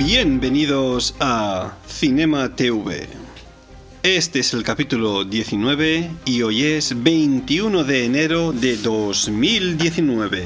Bienvenidos a Cinema TV. Este es el capítulo 19 y hoy es 21 de enero de 2019.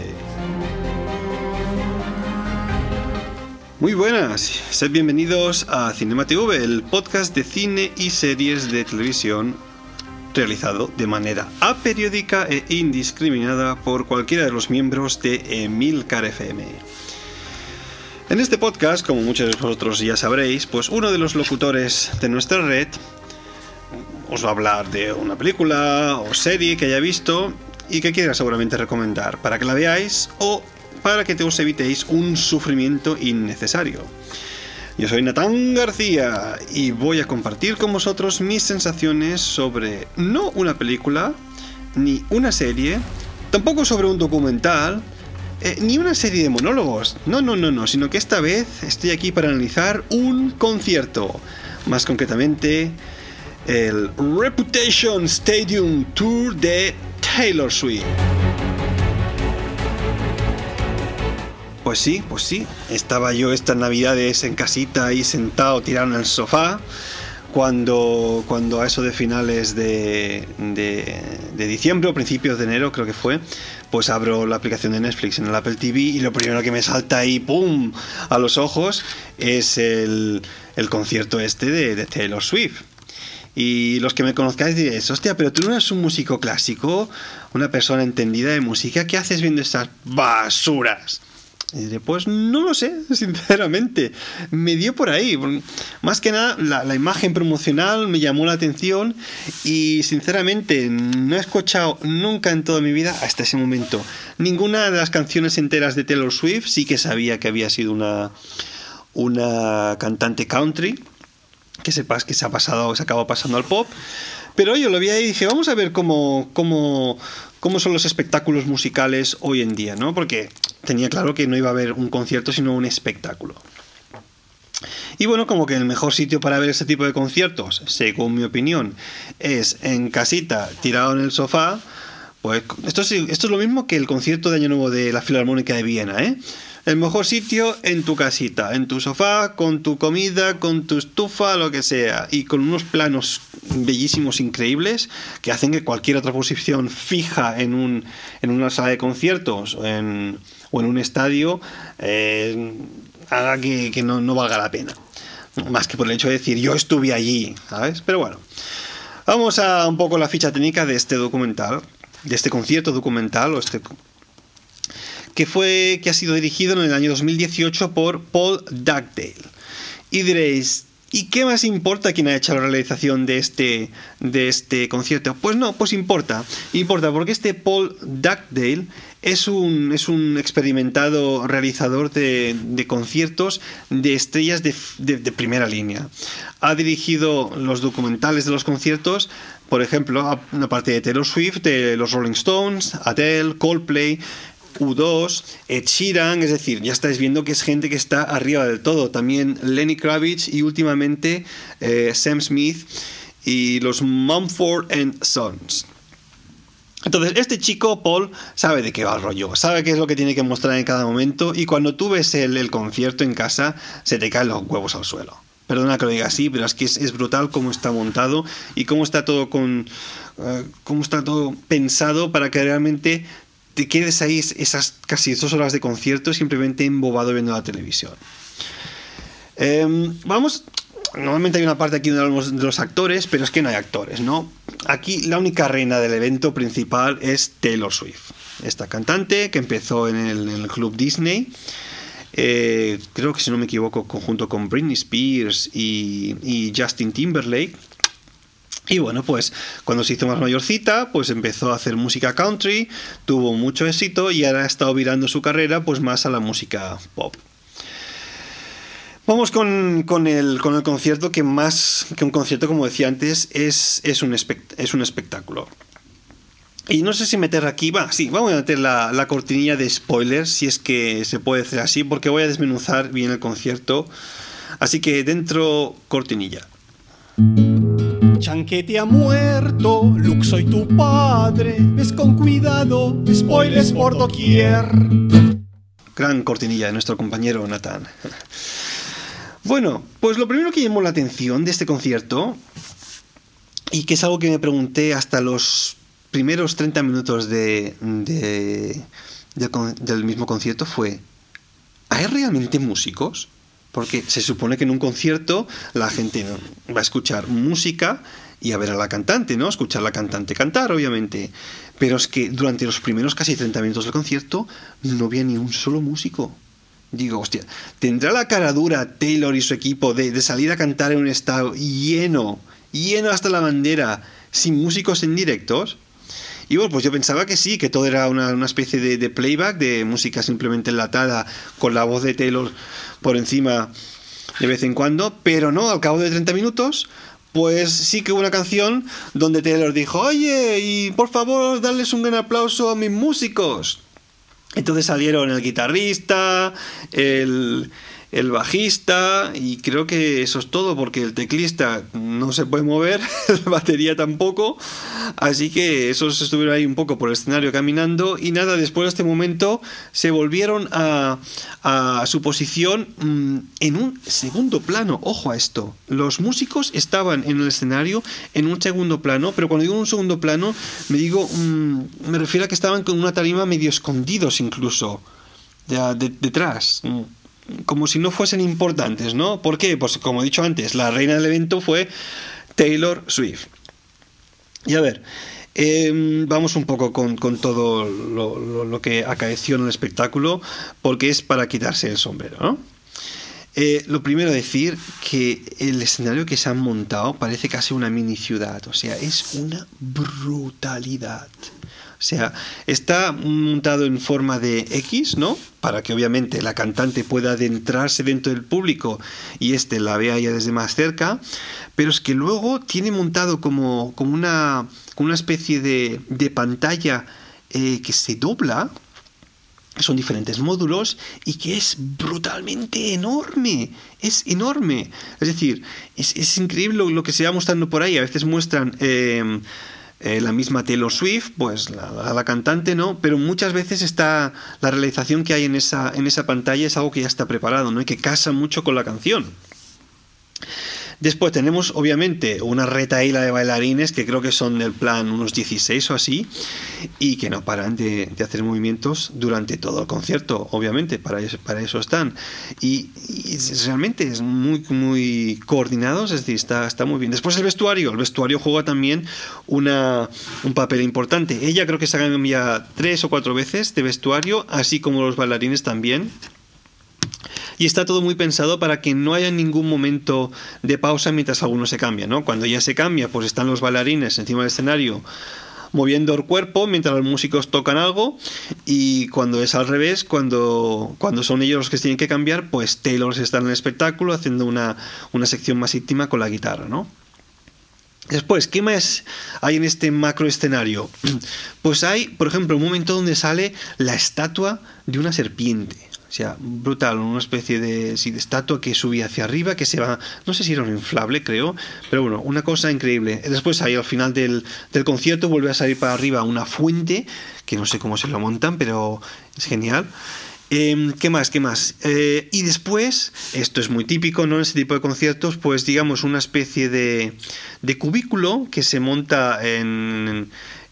Muy buenas, sed bienvenidos a Cinema TV, el podcast de cine y series de televisión realizado de manera aperiódica e indiscriminada por cualquiera de los miembros de Emilcar FM. En este podcast, como muchos de vosotros ya sabréis, pues uno de los locutores de nuestra red os va a hablar de una película o serie que haya visto y que quiera seguramente recomendar para que la veáis o para que os evitéis un sufrimiento innecesario. Yo soy Natán García y voy a compartir con vosotros mis sensaciones sobre no una película, ni una serie, tampoco sobre un documental, ni una serie de monólogos. No, sino que esta vez estoy aquí para analizar un concierto, más concretamente el Reputation Stadium Tour de Taylor Swift. Pues sí, estaba yo estas navidades en casita ahí sentado tirado en el sofá cuando a eso de finales de diciembre o principios de enero creo que fue, pues abro la aplicación de Netflix en el Apple TV y lo primero que me salta ahí ¡pum! A los ojos es el concierto este de Taylor Swift. Y los que me conozcáis diréis, hostia, pero tú no eres un músico clásico, una persona entendida de música, ¿qué haces viendo estas basuras? Y diré, pues no lo sé, sinceramente, me dio por ahí. Más que nada, la imagen promocional me llamó la atención y sinceramente no he escuchado nunca en toda mi vida, hasta ese momento, ninguna de las canciones enteras de Taylor Swift. Sí que sabía que había sido una cantante country, que sepas que se acabó pasando al pop, pero yo lo vi ahí y dije, vamos a ver cómo son los espectáculos musicales hoy en día, ¿no? Porque tenía claro que no iba a haber un concierto, sino un espectáculo. Y bueno, como que el mejor sitio para ver ese tipo de conciertos, según mi opinión, es en casita, tirado en el sofá. Pues esto es lo mismo que el concierto de Año Nuevo de la Filarmónica de Viena, ¿eh? El mejor sitio en tu casita, en tu sofá, con tu comida, con tu estufa, lo que sea, y con unos planos bellísimos, increíbles, que hacen que cualquier otra posición fija en una sala de conciertos o en un estadio haga que no valga la pena. Más que por el hecho de decir, yo estuve allí, ¿sabes? Pero bueno, vamos a un poco la ficha técnica de este documental, de este concierto documental, que ha sido dirigido en el año 2018 por Paul Dugdale. Y diréis, ¿y qué más importa quién ha hecho la realización de este concierto? Pues no, pues importa porque este Paul Dugdale es un experimentado realizador de conciertos de estrellas de primera línea. Ha dirigido los documentales de los conciertos, por ejemplo, aparte de Taylor Swift, de los Rolling Stones, Adele, Coldplay, U2, Ed Sheeran, es decir, ya estáis viendo que es gente que está arriba del todo. También Lenny Kravitz y últimamente Sam Smith y los Mumford & Sons. Entonces, este chico, Paul, sabe de qué va el rollo, sabe qué es lo que tiene que mostrar en cada momento, y cuando tú ves el concierto en casa, se te caen los huevos al suelo. Perdona que lo diga así, pero es que es brutal cómo está montado y cómo está todo pensado para que realmente te quedes ahí esas casi 2 horas de concierto simplemente embobado viendo la televisión. Normalmente hay una parte aquí donde hablamos de los actores, pero es que no hay actores, ¿no? Aquí la única reina del evento principal es Taylor Swift, esta cantante que empezó en el Club Disney, creo que si no me equivoco junto con Britney Spears y Justin Timberlake. Y bueno, pues cuando se hizo más mayorcita, pues empezó a hacer música country, tuvo mucho éxito y ahora ha estado virando su carrera pues más a la música pop. Vamos con el concierto, que más que un concierto, como decía antes, es un espectáculo. Y no sé si meter aquí, vamos a meter la cortinilla de spoilers, si es que se puede hacer así, porque voy a desmenuzar bien el concierto. Así que dentro, cortinilla. Chanquete ha muerto, Luke soy tu padre, ves con cuidado, spoilers por doquier. Gran cortinilla de nuestro compañero Natán. Bueno, pues lo primero que llamó la atención de este concierto, y que es algo que me pregunté hasta los primeros 30 minutos del mismo concierto, fue: ¿hay realmente músicos? Porque se supone que en un concierto la gente va a escuchar música y a ver a la cantante, ¿no? Escuchar a la cantante cantar, obviamente. Pero es que durante los primeros casi 30 minutos del concierto no había ni un solo músico. Digo, hostia, ¿tendrá la cara dura Taylor y su equipo de salir a cantar en un estadio lleno hasta la bandera, sin músicos en directos? Y bueno, pues yo pensaba que sí, que todo era una especie de playback, de música simplemente enlatada, con la voz de Taylor por encima de vez en cuando, pero no, al cabo de 30 minutos, pues sí que hubo una canción donde Taylor dijo: oye, y por favor, darles un gran aplauso a mis músicos. Entonces salieron el guitarrista, el bajista, y creo que eso es todo, porque el teclista no se puede mover, la batería tampoco, así que esos estuvieron ahí un poco por el escenario caminando, y nada, después de este momento se volvieron a su posición en un segundo plano. Ojo a esto, los músicos estaban en el escenario en un segundo plano, pero cuando digo un segundo plano me refiero a que estaban con una tarima medio escondidos incluso detrás, como si no fuesen importantes, ¿no? ¿Por qué? Pues como he dicho antes, la reina del evento fue Taylor Swift. Y a ver, vamos un poco con todo lo que acaeció en el espectáculo, porque es para quitarse el sombrero, ¿no? Lo primero, decir que el escenario que se han montado parece casi una mini ciudad, o sea, es una brutalidad. O sea, está montado en forma de X, ¿no? Para que obviamente la cantante pueda adentrarse dentro del público y la vea ya desde más cerca. Pero es que luego tiene montado como una especie de pantalla que se dobla. Son diferentes módulos y que es brutalmente enorme. Es enorme. Es decir, es increíble lo que se va mostrando por ahí. A veces muestran la misma Taylor Swift, pues la cantante, ¿no? Pero muchas veces está la realización que hay en esa pantalla es algo que ya está preparado, ¿no? Y que casa mucho con la canción. Después tenemos, obviamente, una retaíla de bailarines que creo que son del plan unos 16 o así, y que no paran de hacer movimientos durante todo el concierto, obviamente, para eso están. Y realmente es muy, muy coordinados, es decir, está muy bien. Después el vestuario juega también un papel importante. Ella creo que se cambia 3 o 4 veces de vestuario, así como los bailarines también. Y está todo muy pensado para que no haya ningún momento de pausa mientras alguno se cambia, ¿no? Cuando ya se cambia, pues están los bailarines encima del escenario moviendo el cuerpo mientras los músicos tocan algo, y cuando es al revés, cuando son ellos los que se tienen que cambiar, pues Taylor está en el espectáculo haciendo una sección más íntima con la guitarra, ¿no? Después, ¿qué más hay en este macro escenario? Pues hay, por ejemplo, un momento donde sale la estatua de una serpiente. O sea, brutal, una especie de estatua que subía hacia arriba, que se va, no sé si era un inflable, creo, pero bueno, una cosa increíble. Después ahí al final del concierto vuelve a salir para arriba una fuente, que no sé cómo se lo montan, pero es genial. ¿Qué más? Y después, esto es muy típico, ¿no? En este tipo de conciertos, pues digamos una especie de cubículo que se monta en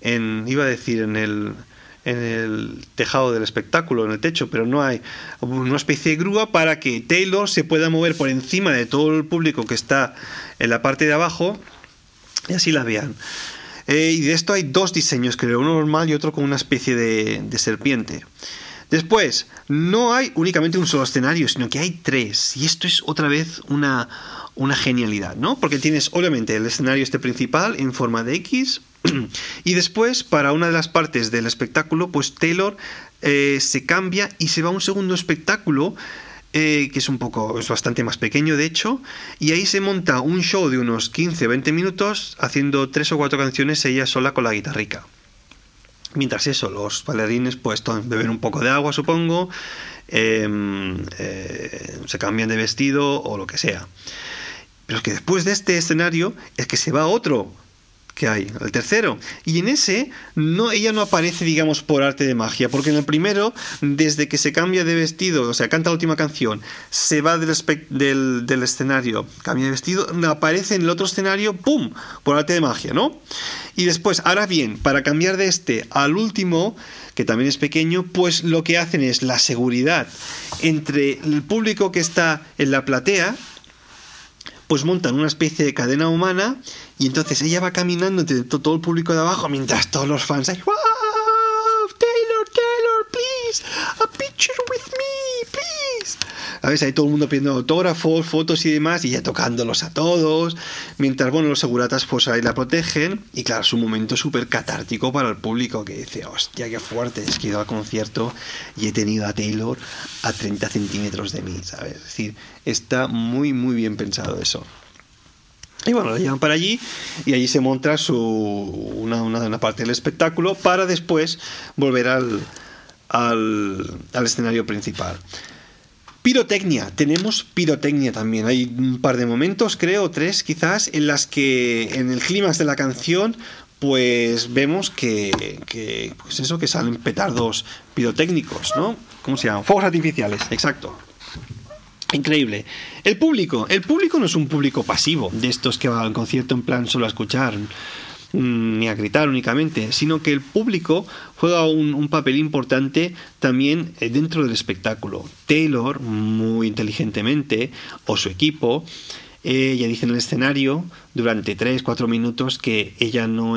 el tejado del espectáculo, en el techo, pero no hay una especie de grúa para que Taylor se pueda mover por encima de todo el público que está en la parte de abajo y así la vean. Y de esto hay 2 diseños, creo, uno normal y otro con una especie de serpiente. Después, no hay únicamente un solo escenario, sino que hay 3, y esto es otra vez una genialidad, ¿no? Porque tienes obviamente el escenario principal en forma de X, y después para una de las partes del espectáculo, pues Taylor se cambia y se va a un segundo espectáculo que es bastante más pequeño, de hecho, y ahí se monta un show de unos 15-20 minutos haciendo 3 o 4 canciones ella sola con la guitarrica. Mientras eso, los bailarines pues beben un poco de agua, supongo, se cambian de vestido o lo que sea. Pero es que después de este escenario es que se va otro, que hay, el tercero. Y en ese, ella no aparece, digamos, por arte de magia, porque en el primero, desde que se cambia de vestido, o sea, canta la última canción, se va del escenario, cambia de vestido, aparece en el otro escenario, ¡pum!, por arte de magia, ¿no? Y después, ahora bien, para cambiar de este al último, que también es pequeño, pues lo que hacen es la seguridad entre el público que está en la platea, pues montan una especie de cadena humana y entonces ella va caminando entre todo el público de abajo mientras todos los fans ahí, ¡wow! Taylor, please, a picture with me, please. A veces hay todo el mundo pidiendo autógrafos, fotos y demás, y ya tocándolos a todos, mientras, bueno, los seguratas pues ahí la protegen, y claro, es un momento súper catártico para el público que dice, hostia, qué fuerte, es que he ido al concierto y he tenido a Taylor a 30 centímetros de mí, ¿sabes? Es decir, está muy, muy bien pensado eso. Y bueno, lo llevan para allí y allí se monta una parte del espectáculo para después volver al escenario principal. Pirotecnia, tenemos pirotecnia también. Hay un par de momentos, creo, 3 quizás, en las que en el clímax de la canción pues vemos que pues eso, que salen petardos pirotécnicos, ¿no? ¿Cómo se llaman? Fuegos artificiales, exacto. Increíble. El público no es un público pasivo, de estos que va al concierto en plan solo a escuchar ni a gritar únicamente, sino que el público juega un papel importante también dentro del espectáculo. Taylor, muy inteligentemente, o su equipo, ella dice en el escenario durante 3-4 minutos que ella no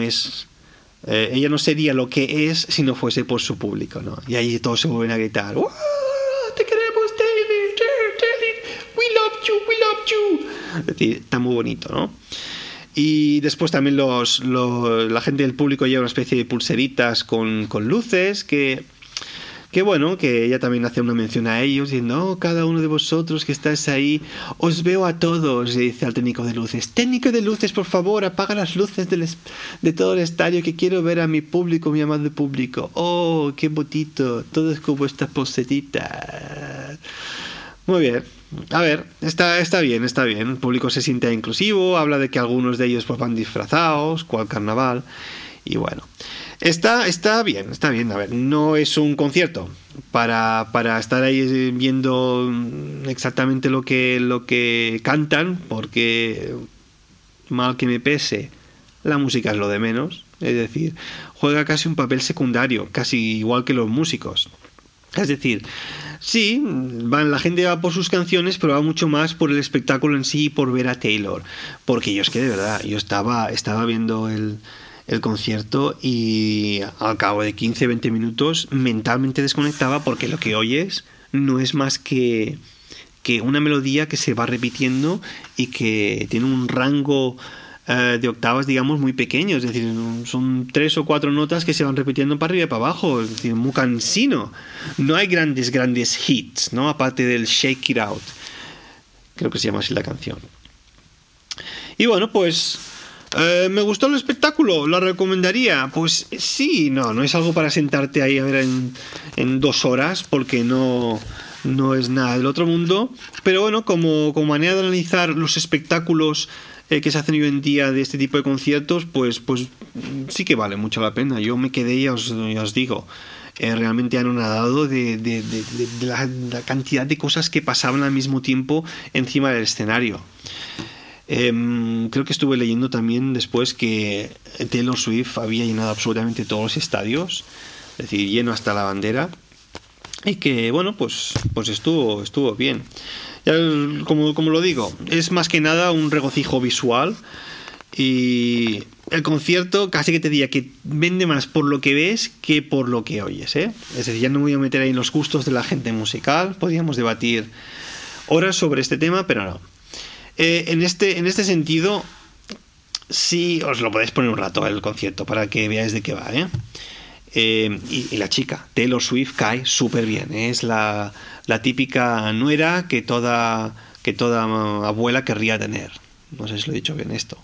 sería lo que es si no fuese por su público, ¿no? Y ahí todos se vuelven a gritar, ¡wow! ¡Te queremos, Taylor! We love you. Es decir, está muy bonito, ¿no? Y después también la gente del público lleva una especie de pulseritas con luces que bueno, que ella también hace una mención a ellos diciendo, cada uno de vosotros que estáis ahí, os veo a todos, y dice al técnico de luces, por favor, apaga las luces de todo el estadio, que quiero ver a mi público, mi amado público. Oh, qué bonito, todos con vuestras pulseritas. Muy bien. A ver, está bien. El público se siente inclusivo, habla de que algunos de ellos pues van disfrazados, cual carnaval, y bueno. Está bien. A ver, no es un concierto para estar ahí viendo exactamente lo que cantan, porque mal que me pese, la música es lo de menos. Es decir, juega casi un papel secundario, casi igual que los músicos. Es decir, sí, la gente va por sus canciones, pero va mucho más por el espectáculo en sí y por ver a Taylor. Porque yo es que de verdad, yo estaba viendo el concierto y al cabo de 15-20 minutos mentalmente desconectaba, porque lo que oyes no es más que una melodía que se va repitiendo y que tiene un rango de octavas, digamos, muy pequeño. Es decir, son 3 o 4 notas que se van repitiendo para arriba y para abajo. Es decir, muy cansino. No hay grandes hits, ¿no? Aparte del Shake It Out, creo que se llama así la canción. Y bueno, pues ¿me gustó el espectáculo? ¿Lo recomendaría? Pues sí, no es algo para sentarte ahí a ver en 2 horas, porque no es nada del otro mundo. Pero bueno, como manera de analizar los espectáculos que se hacen hoy en día de este tipo de conciertos, pues sí que vale mucho la pena. Yo me quedé, ya os digo, realmente anonadado de la cantidad de cosas que pasaban al mismo tiempo encima del escenario. Creo que estuve leyendo también después que Taylor Swift había llenado absolutamente todos los estadios, es decir, lleno hasta la bandera, y que bueno, pues estuvo bien. Ya, como lo digo, es más que nada un regocijo visual, y el concierto casi que te diría que vende más por lo que ves que por lo que oyes, ¿eh? Es decir, ya no me voy a meter ahí en los gustos de la gente musical, podríamos debatir horas sobre este tema, pero no. En este sentido, sí, os lo podéis poner un rato el concierto para que veáis de qué va, ¿eh? Y la chica, Taylor Swift, cae súper bien. Es la típica nuera que toda abuela querría tener. No sé si lo he dicho bien esto.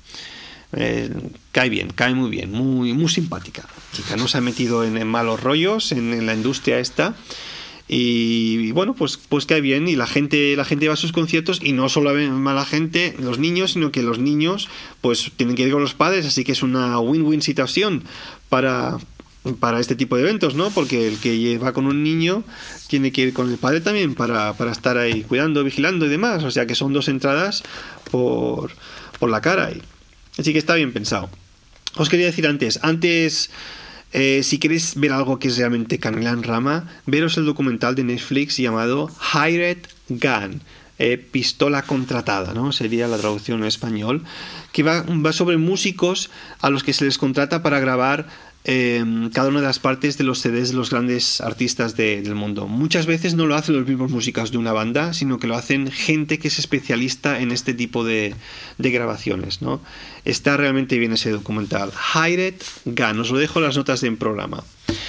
Cae muy bien, muy simpática. Chica, no se ha metido en malos rollos en la industria esta. Y bueno, pues cae bien, y la gente va a sus conciertos, y no solo la gente, los niños, sino que los niños pues tienen que ir con los padres, así que es una win-win situación para este tipo de eventos, ¿no? Porque el que va con un niño tiene que ir con el padre también para estar ahí cuidando, vigilando y demás, o sea que son 2 entradas por la cara, así que está bien pensado. Os quería decir antes, si queréis ver algo que es realmente canela en rama, veros el documental de Netflix llamado Hired Gun, pistola contratada, ¿no? Sería la traducción en español, que va sobre músicos a los que se les contrata para grabar cada una de las partes de los CDs de los grandes artistas del mundo. Muchas veces no lo hacen los mismos músicos de una banda, sino que lo hacen gente que es especialista en este tipo de grabaciones, ¿no? Está realmente bien ese documental. Hired Gun, os lo dejo en las notas del programa.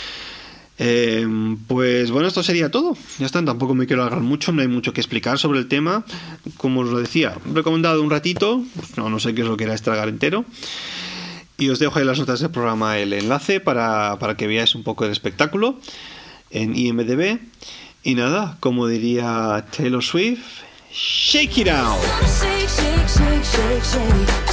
Pues bueno, esto sería todo. Ya está, tampoco me quiero alargar mucho, no hay mucho que explicar sobre el tema. Como os lo decía, recomendado un ratito, no sé qué os lo queráis tragar entero. Y os dejo ahí en las notas del programa el enlace para que veáis un poco del espectáculo en IMDb. Y nada, como diría Taylor Swift, shake it out. Shake, shake, shake, shake, shake.